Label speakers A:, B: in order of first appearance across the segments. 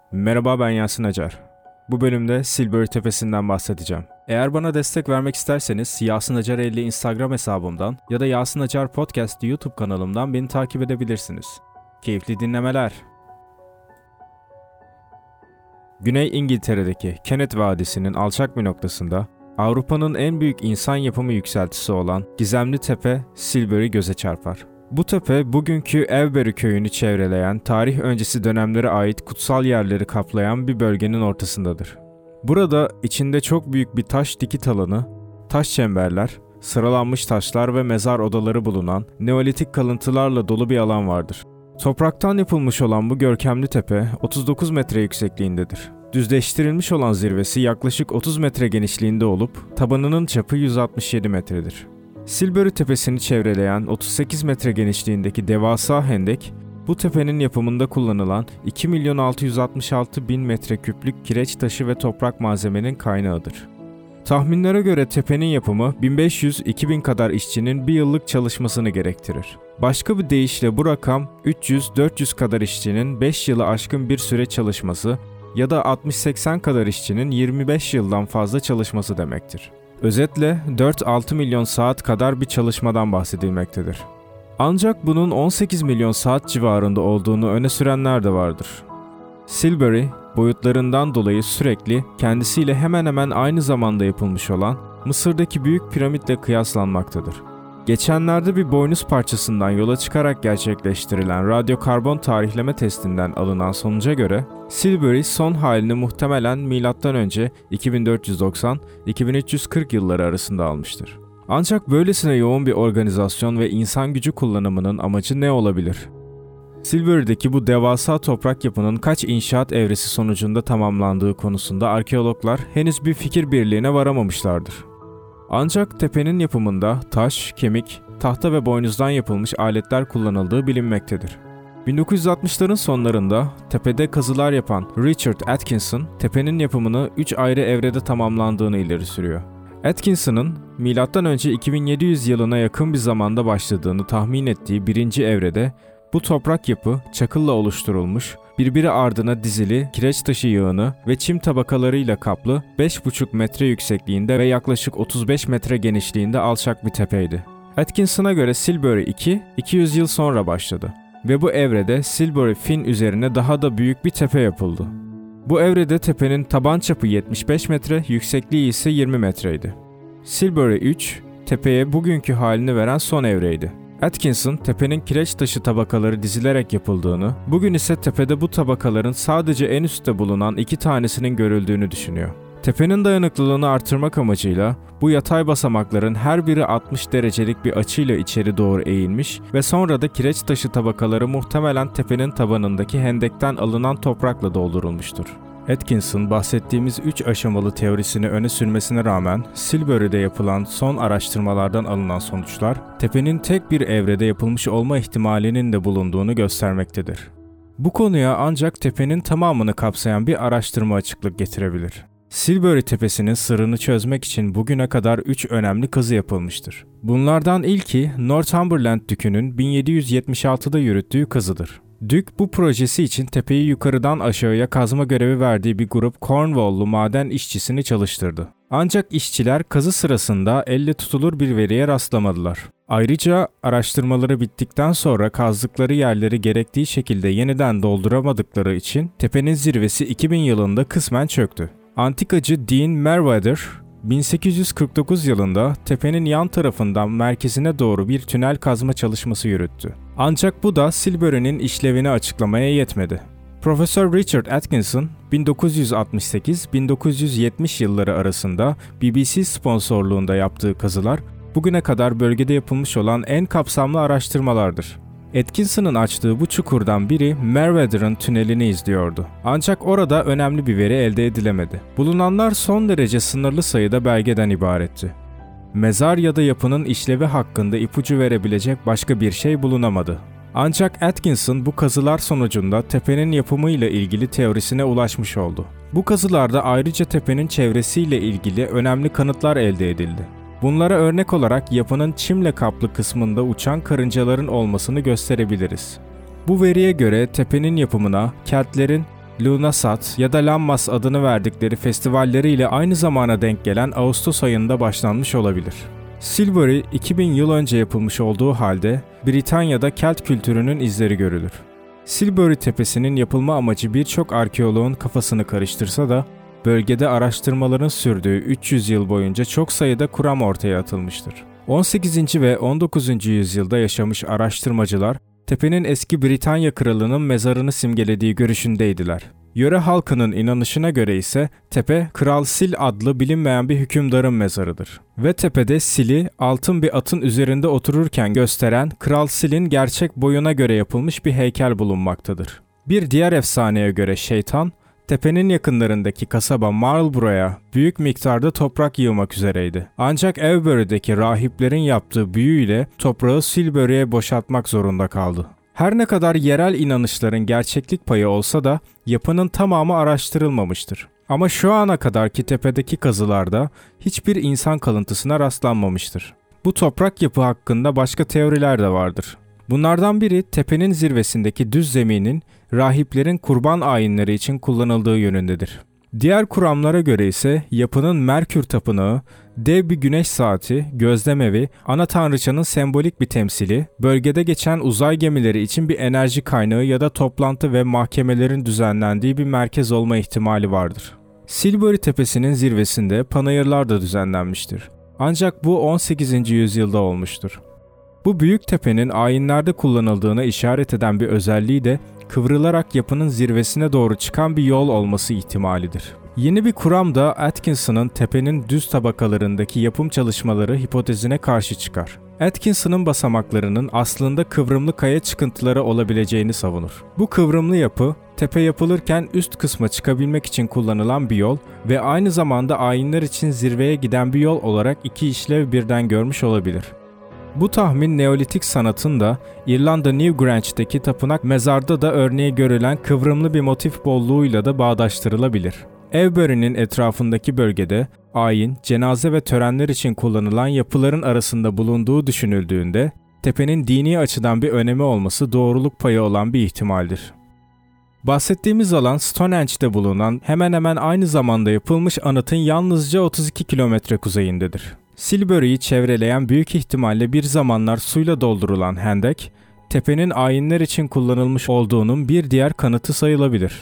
A: Merhaba, ben Yasin Acar. Bu bölümde Silbury Tepesi'nden bahsedeceğim. Eğer bana destek vermek isterseniz Yasin Acar 50 Instagram hesabımdan ya da Yasin Acar Podcast YouTube kanalımdan beni takip edebilirsiniz. Keyifli dinlemeler. Güney İngiltere'deki Kennet Vadisi'nin alçak bir noktasında Avrupa'nın en büyük insan yapımı yükseltisi olan gizemli tepe Silbury göze çarpar. Bu tepe bugünkü Avebury köyünü çevreleyen tarih öncesi dönemlere ait kutsal yerleri kaplayan bir bölgenin ortasındadır. Burada içinde çok büyük bir taş dikit alanı, taş çemberler, sıralanmış taşlar ve mezar odaları bulunan Neolitik kalıntılarla dolu bir alan vardır. Topraktan yapılmış olan bu görkemli tepe 39 metre yüksekliğindedir. Düzleştirilmiş olan zirvesi yaklaşık 30 metre genişliğinde olup tabanının çapı 167 metredir. Silbury Tepesi'ni çevreleyen 38 metre genişliğindeki devasa hendek, bu tepenin yapımında kullanılan 2.666.000 metreküplük kireç taşı ve toprak malzemenin kaynağıdır. Tahminlere göre tepenin yapımı 1500-2000 kadar işçinin bir yıllık çalışmasını gerektirir. Başka bir deyişle bu rakam 300-400 kadar işçinin 5 yılı aşkın bir süre çalışması ya da 60-80 kadar işçinin 25 yıldan fazla çalışması demektir. Özetle 4-6 milyon saat kadar bir çalışmadan bahsedilmektedir. Ancak bunun 18 milyon saat civarında olduğunu öne sürenler de vardır. Silbury, boyutlarından dolayı sürekli kendisiyle hemen hemen aynı zamanda yapılmış olan Mısır'daki Büyük Piramit'le kıyaslanmaktadır. Geçenlerde bir boynuz parçasından yola çıkarak gerçekleştirilen radyokarbon tarihleme testinden alınan sonuca göre Silbury son halini muhtemelen M.Ö. 2490-2340 yılları arasında almıştır. Ancak böylesine yoğun bir organizasyon ve insan gücü kullanımının amacı ne olabilir? Silbury'deki bu devasa toprak yapının kaç inşaat evresi sonucunda tamamlandığı konusunda arkeologlar henüz bir fikir birliğine varamamışlardır. Ancak tepenin yapımında taş, kemik, tahta ve boynuzdan yapılmış aletler kullanıldığı bilinmektedir. 1960'ların sonlarında tepede kazılar yapan Richard Atkinson, tepenin yapımını 3 ayrı evrede tamamlandığını ileri sürüyor. Atkinson'ın M.Ö. 2700 yılına yakın bir zamanda başladığını tahmin ettiği birinci evrede bu toprak yapı çakılla oluşturulmuş, birbiri ardına dizili kireç taşı yığını ve çim tabakalarıyla kaplı 5,5 metre yüksekliğinde ve yaklaşık 35 metre genişliğinde alçak bir tepeydi. Atkinson'a göre Silbury 2, 200 yıl sonra başladı ve bu evrede Silbury Fin üzerine daha da büyük bir tepe yapıldı. Bu evrede tepenin taban çapı 75 metre, yüksekliği ise 20 metreydi. Silbury 3, tepeye bugünkü halini veren son evreydi. Atkinson, tepenin kireç taşı tabakaları dizilerek yapıldığını, bugün ise tepede bu tabakaların sadece en üstte bulunan 2 tanesinin görüldüğünü düşünüyor. Tepenin dayanıklılığını artırmak amacıyla bu yatay basamakların her biri 60 derecelik bir açıyla içeri doğru eğilmiş ve sonra da kireç taşı tabakaları muhtemelen tepenin tabanındaki hendekten alınan toprakla doldurulmuştur. Atkinson, bahsettiğimiz 3 aşamalı teorisini öne sürmesine rağmen Silbury'de yapılan son araştırmalardan alınan sonuçlar, tepenin tek bir evrede yapılmış olma ihtimalinin de bulunduğunu göstermektedir. Bu konuya ancak tepenin tamamını kapsayan bir araştırma açıklık getirebilir. Silbury Tepesi'nin sırrını çözmek için bugüne kadar 3 önemli kazı yapılmıştır. Bunlardan ilki Northumberland Dükü'nün 1776'da yürüttüğü kazıdır. Dük bu projesi için tepeyi yukarıdan aşağıya kazma görevi verdiği bir grup Cornwall'lu maden işçisini çalıştırdı. Ancak işçiler kazı sırasında elle tutulur bir veriye rastlamadılar. Ayrıca araştırmaları bittikten sonra kazdıkları yerleri gerektiği şekilde yeniden dolduramadıkları için tepenin zirvesi 2000 yılında kısmen çöktü. Antikacı Dean Merriweather, 1849 yılında tepenin yan tarafından merkezine doğru bir tünel kazma çalışması yürüttü. Ancak bu da Silbury'nin işlevini açıklamaya yetmedi. Profesör Richard Atkinson, 1968-1970 yılları arasında BBC sponsorluğunda yaptığı kazılar, bugüne kadar bölgede yapılmış olan en kapsamlı araştırmalardır. Atkinson'ın açtığı bu çukurdan biri Merriweather'ın tünelini izliyordu. Ancak orada önemli bir veri elde edilemedi. Bulunanlar son derece sınırlı sayıda belgeden ibaretti. Mezar ya da yapının işlevi hakkında ipucu verebilecek başka bir şey bulunamadı. Ancak Atkinson bu kazılar sonucunda tepenin yapımıyla ilgili teorisine ulaşmış oldu. Bu kazılarda ayrıca tepenin çevresiyle ilgili önemli kanıtlar elde edildi. Bunlara örnek olarak yapının çimle kaplı kısmında uçan karıncaların olmasını gösterebiliriz. Bu veriye göre tepenin yapımına Keltlerin Lunasat ya da Lammas adını verdikleri festivalleriyle aynı zamana denk gelen Ağustos ayında başlanmış olabilir. Silbury, 2000 yıl önce yapılmış olduğu halde Britanya'da Kelt kültürünün izleri görülür. Silbury Tepesi'nin yapılma amacı birçok arkeoloğun kafasını karıştırsa da bölgede araştırmaların sürdüğü 300 yıl boyunca çok sayıda kuram ortaya atılmıştır. 18. ve 19. yüzyılda yaşamış araştırmacılar, tepenin eski Britanya kralının mezarını simgelediği görüşündeydiler. Yöre halkının inanışına göre ise tepe, Kral Sil adlı bilinmeyen bir hükümdarın mezarıdır. Ve tepede Sil'i altın bir atın üzerinde otururken gösteren Kral Sil'in gerçek boyuna göre yapılmış bir heykel bulunmaktadır. Bir diğer efsaneye göre şeytan, tepenin yakınlarındaki kasaba Marlborough'a büyük miktarda toprak yığmak üzereydi. Ancak Avebury'deki rahiplerin yaptığı büyüyle toprağı Silbury'e boşaltmak zorunda kaldı. Her ne kadar yerel inanışların gerçeklik payı olsa da yapının tamamı araştırılmamıştır. Ama şu ana kadarki tepedeki kazılarda hiçbir insan kalıntısına rastlanmamıştır. Bu toprak yapı hakkında başka teoriler de vardır. Bunlardan biri tepenin zirvesindeki düz zeminin rahiplerin kurban ayinleri için kullanıldığı yönündedir. Diğer kuramlara göre ise yapının Merkür Tapınağı, dev bir güneş saati, gözlemevi, ana tanrıçanın sembolik bir temsili, bölgede geçen uzay gemileri için bir enerji kaynağı ya da toplantı ve mahkemelerin düzenlendiği bir merkez olma ihtimali vardır. Silbury Tepesi'nin zirvesinde panayırlar da düzenlenmiştir. Ancak bu 18. yüzyılda olmuştur. Bu büyük tepenin ayinlerde kullanıldığına işaret eden bir özelliği de kıvrılarak yapının zirvesine doğru çıkan bir yol olması ihtimalidir. Yeni bir kuram da Atkinson'ın tepenin düz tabakalarındaki yapım çalışmaları hipotezine karşı çıkar. Atkinson'ın basamaklarının aslında kıvrımlı kaya çıkıntıları olabileceğini savunur. Bu kıvrımlı yapı, tepe yapılırken üst kısma çıkabilmek için kullanılan bir yol ve aynı zamanda ayinler için zirveye giden bir yol olarak iki işlev birden görmüş olabilir. Bu tahmin Neolitik sanatın da İrlanda Newgrange'deki tapınak mezarda da örneği görülen kıvrımlı bir motif bolluğuyla da bağdaştırılabilir. Avebury'nin etrafındaki bölgede ayin, cenaze ve törenler için kullanılan yapıların arasında bulunduğu düşünüldüğünde tepenin dini açıdan bir önemi olması doğruluk payı olan bir ihtimaldir. Bahsettiğimiz alan Stonehenge'de bulunan hemen hemen aynı zamanda yapılmış anıtın yalnızca 32 kilometre kuzeyindedir. Silbury'yi çevreleyen büyük ihtimalle bir zamanlar suyla doldurulan hendek, tepenin ayinler için kullanılmış olduğunun bir diğer kanıtı sayılabilir.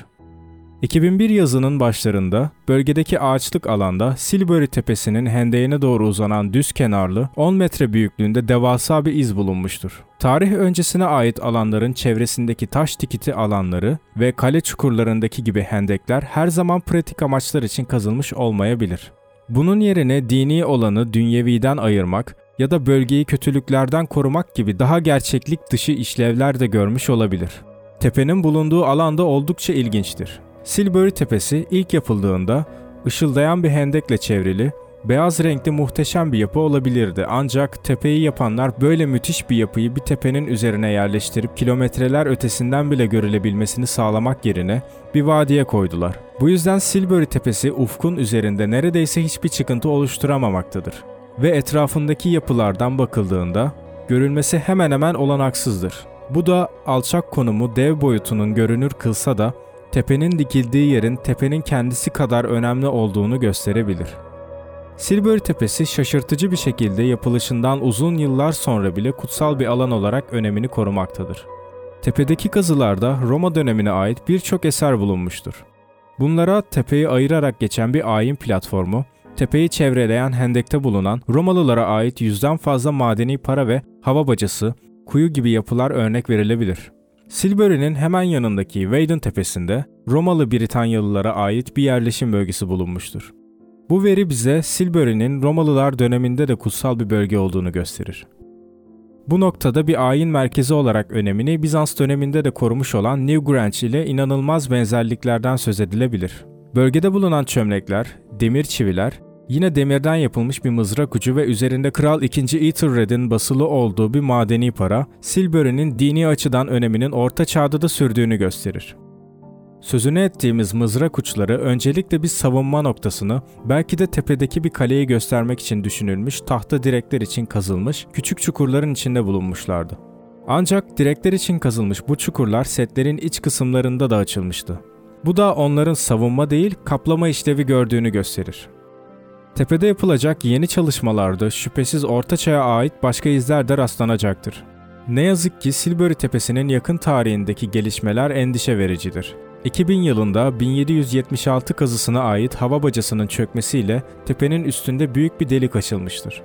A: 2001 yazının başlarında bölgedeki ağaçlık alanda Silbury Tepesi'nin hendeğine doğru uzanan düz kenarlı 10 metre büyüklüğünde devasa bir iz bulunmuştur. Tarih öncesine ait alanların çevresindeki taş dikiti alanları ve kale çukurlarındaki gibi hendekler her zaman pratik amaçlar için kazılmış olmayabilir. Bunun yerine dini olanı dünyeviden ayırmak ya da bölgeyi kötülüklerden korumak gibi daha gerçeklik dışı işlevler de görmüş olabilir. Tepenin bulunduğu alan da oldukça ilginçtir. Silbury Tepesi ilk yapıldığında ışıldayan bir hendekle çevrili, beyaz renkli muhteşem bir yapı olabilirdi. Ancak tepeyi yapanlar böyle müthiş bir yapıyı bir tepenin üzerine yerleştirip kilometreler ötesinden bile görülebilmesini sağlamak yerine bir vadiye koydular. Bu yüzden Silbury Tepesi ufkun üzerinde neredeyse hiçbir çıkıntı oluşturamamaktadır. Ve etrafındaki yapılardan bakıldığında görülmesi hemen hemen olanaksızdır. Bu da alçak konumu dev boyutunun görünür kılsa da tepenin dikildiği yerin tepenin kendisi kadar önemli olduğunu gösterebilir. Silbury Tepesi şaşırtıcı bir şekilde yapılışından uzun yıllar sonra bile kutsal bir alan olarak önemini korumaktadır. Tepedeki kazılarda Roma dönemine ait birçok eser bulunmuştur. Bunlara tepeyi ayırarak geçen bir ayin platformu, tepeyi çevreleyen hendekte bulunan Romalılara ait 100'den fazla madeni para ve hava bacası, kuyu gibi yapılar örnek verilebilir. Silbury'nin hemen yanındaki Weydon Tepesi'nde Romalı Britanyalılara ait bir yerleşim bölgesi bulunmuştur. Bu veri bize Silbury'nin Romalılar döneminde de kutsal bir bölge olduğunu gösterir. Bu noktada bir ayin merkezi olarak önemini Bizans döneminde de korumuş olan Newgrange ile inanılmaz benzerliklerden söz edilebilir. Bölgede bulunan çömlekler, demir çiviler, yine demirden yapılmış bir mızrak ucu ve üzerinde Kral II. Ethelred'in basılı olduğu bir madeni para, Silbury'nin dini açıdan öneminin Orta Çağ'da da sürdüğünü gösterir. Sözünü ettiğimiz mızrak uçları öncelikle bir savunma noktasını, belki de tepedeki bir kaleyi göstermek için düşünülmüş tahta direkler için kazılmış küçük çukurların içinde bulunmuşlardı. Ancak direkler için kazılmış bu çukurlar setlerin iç kısımlarında da açılmıştı. Bu da onların savunma değil, kaplama işlevi gördüğünü gösterir. Tepede yapılacak yeni çalışmalarda şüphesiz Orta Çağ'a ait başka izler de rastlanacaktır. Ne yazık ki Silbury Tepesi'nin yakın tarihindeki gelişmeler endişe vericidir. 2000 yılında 1776 kazısına ait hava bacasının çökmesiyle tepenin üstünde büyük bir delik açılmıştır.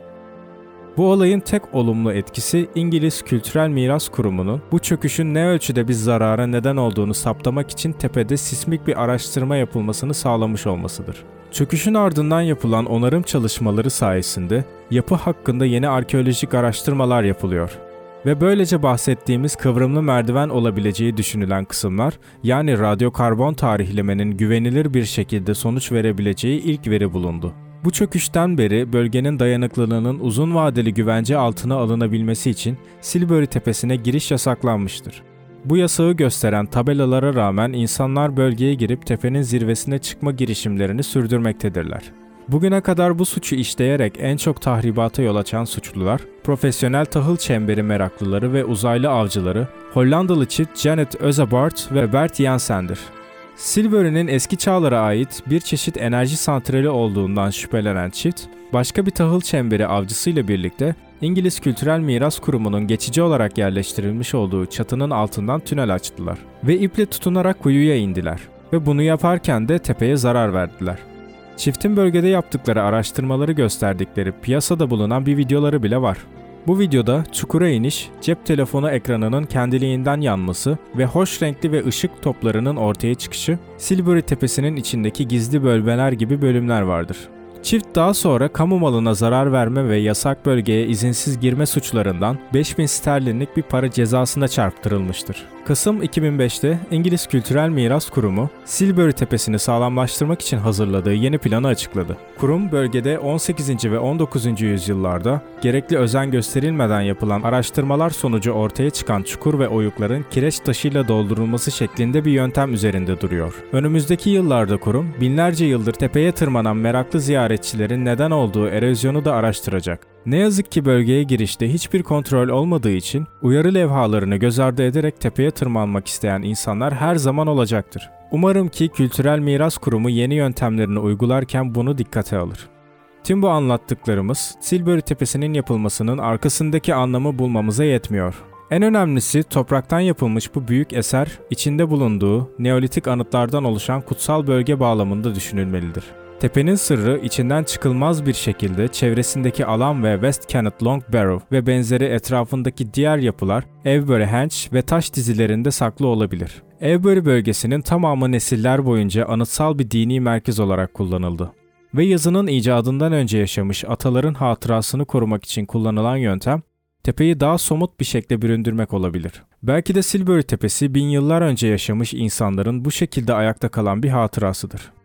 A: Bu olayın tek olumlu etkisi İngiliz Kültürel Miras Kurumu'nun bu çöküşün ne ölçüde bir zarara neden olduğunu saptamak için tepede sismik bir araştırma yapılmasını sağlamış olmasıdır. Çöküşün ardından yapılan onarım çalışmaları sayesinde yapı hakkında yeni arkeolojik araştırmalar yapılıyor. Ve böylece bahsettiğimiz kıvrımlı merdiven olabileceği düşünülen kısımlar, yani radyokarbon tarihlemenin güvenilir bir şekilde sonuç verebileceği ilk veri bulundu. Bu çöküşten beri bölgenin dayanıklılığının uzun vadeli güvence altına alınabilmesi için Silbury Tepesi'ne giriş yasaklanmıştır. Bu yasağı gösteren tabelalara rağmen insanlar bölgeye girip tepenin zirvesine çıkma girişimlerini sürdürmektedirler. Bugüne kadar bu suçu işleyerek en çok tahribata yol açan suçlular, profesyonel tahıl çemberi meraklıları ve uzaylı avcıları, Hollandalı çift Janet Özabart ve Bert Jansen'dir. Silbury'nin eski çağlara ait bir çeşit enerji santrali olduğundan şüphelenen çift, başka bir tahıl çemberi avcısıyla birlikte İngiliz Kültürel Miras Kurumu'nun geçici olarak yerleştirilmiş olduğu çatının altından tünel açtılar ve iple tutunarak kuyuya indiler ve bunu yaparken de tepeye zarar verdiler. Çiftin bölgede yaptıkları araştırmaları gösterdikleri piyasada bulunan bir videoları bile var. Bu videoda çukura iniş, cep telefonu ekranının kendiliğinden yanması ve hoş renkli ve ışık toplarının ortaya çıkışı, Silbury Tepesi'nin içindeki gizli bölmeler gibi bölümler vardır. Çift daha sonra kamu malına zarar verme ve yasak bölgeye izinsiz girme suçlarından 5.000 sterlinlik bir para cezasına çarptırılmıştır. Kasım 2005'te İngiliz Kültürel Miras Kurumu, Silbury Tepesi'ni sağlamlaştırmak için hazırladığı yeni planı açıkladı. Kurum, bölgede 18. ve 19. yüzyıllarda gerekli özen gösterilmeden yapılan araştırmalar sonucu ortaya çıkan çukur ve oyukların kireç taşıyla doldurulması şeklinde bir yöntem üzerinde duruyor. Önümüzdeki yıllarda kurum, binlerce yıldır tepeye tırmanan meraklı ziyaretçilerin neden olduğu erozyonu da araştıracak. Ne yazık ki bölgeye girişte hiçbir kontrol olmadığı için uyarı levhalarını göz ardı ederek tepeye tırmanmak isteyen insanlar her zaman olacaktır. Umarım ki Kültürel Miras Kurumu yeni yöntemlerini uygularken bunu dikkate alır. Tüm bu anlattıklarımız Silbury Tepesi'nin yapılmasının arkasındaki anlamı bulmamıza yetmiyor. En önemlisi topraktan yapılmış bu büyük eser, içinde bulunduğu Neolitik anıtlardan oluşan kutsal bölge bağlamında düşünülmelidir. Tepenin sırrı içinden çıkılmaz bir şekilde çevresindeki alan ve West Kennet Long Barrow ve benzeri etrafındaki diğer yapılar Avebury Henge ve taş dizilerinde saklı olabilir. Avebury bölgesinin tamamı nesiller boyunca anıtsal bir dini merkez olarak kullanıldı. Ve yazının icadından önce yaşamış ataların hatırasını korumak için kullanılan yöntem, tepeyi daha somut bir şekilde büründürmek olabilir. Belki de Silbury Tepesi 1000 yıllar önce yaşamış insanların bu şekilde ayakta kalan bir hatırasıdır.